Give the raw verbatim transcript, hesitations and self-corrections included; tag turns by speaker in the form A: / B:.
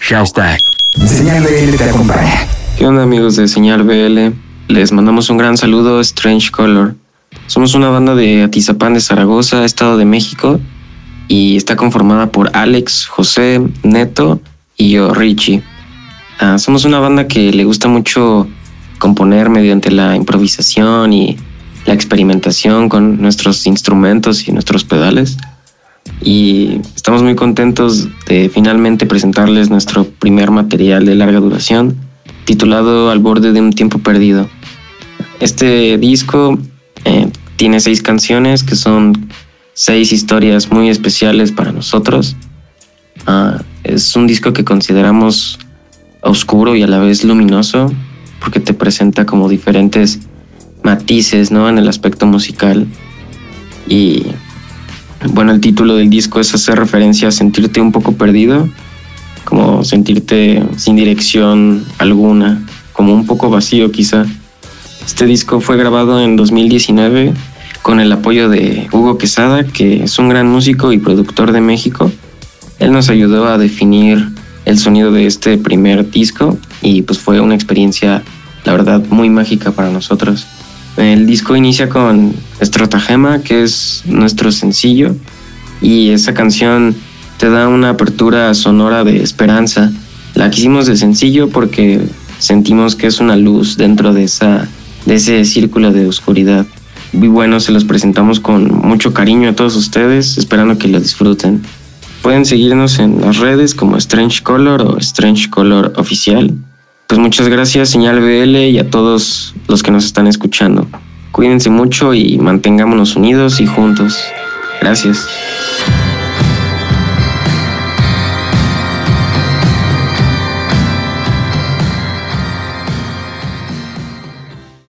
A: Hashtag Señal B L te acompaña.
B: ¿Qué onda, amigos de Señal B L? Les mandamos un gran saludo a Strange Color. Somos una banda de Atizapán de Zaragoza, Estado de México, y está conformada por Alex, José, Neto y yo, Richie. Uh, somos una banda que le gusta mucho componer mediante la improvisación y la experimentación con nuestros instrumentos y nuestros pedales. Y estamos muy contentos de finalmente presentarles nuestro primer material de larga duración, titulado Al borde de un tiempo perdido. Este disco eh, tiene seis canciones que son seis historias muy especiales para nosotros. Uh, es un disco que consideramos oscuro y a la vez luminoso, porque te presenta como diferentes matices, ¿no?, en el aspecto musical. Y bueno, el título del disco es hacer referencia a sentirte un poco perdido, como sentirte sin dirección alguna, como un poco vacío quizá. Este disco fue grabado en dos mil diecinueve con el apoyo de Hugo Quesada, que es un gran músico y productor de México. Él nos ayudó a definir el sonido de este primer disco y pues fue una experiencia, la verdad, muy mágica para nosotros. El disco inicia con Estratagema, que es nuestro sencillo, y esa canción te da una apertura sonora de esperanza. La quisimos de sencillo porque sentimos que es una luz dentro de, esa, de ese círculo de oscuridad. Y bueno, se los presentamos con mucho cariño a todos ustedes, esperando que lo disfruten. Pueden seguirnos en las redes como Strange Color o Strange Color Oficial. Pues muchas gracias, Señal B L, y a todos los que nos están escuchando. Cuídense mucho y mantengámonos unidos y juntos. Gracias.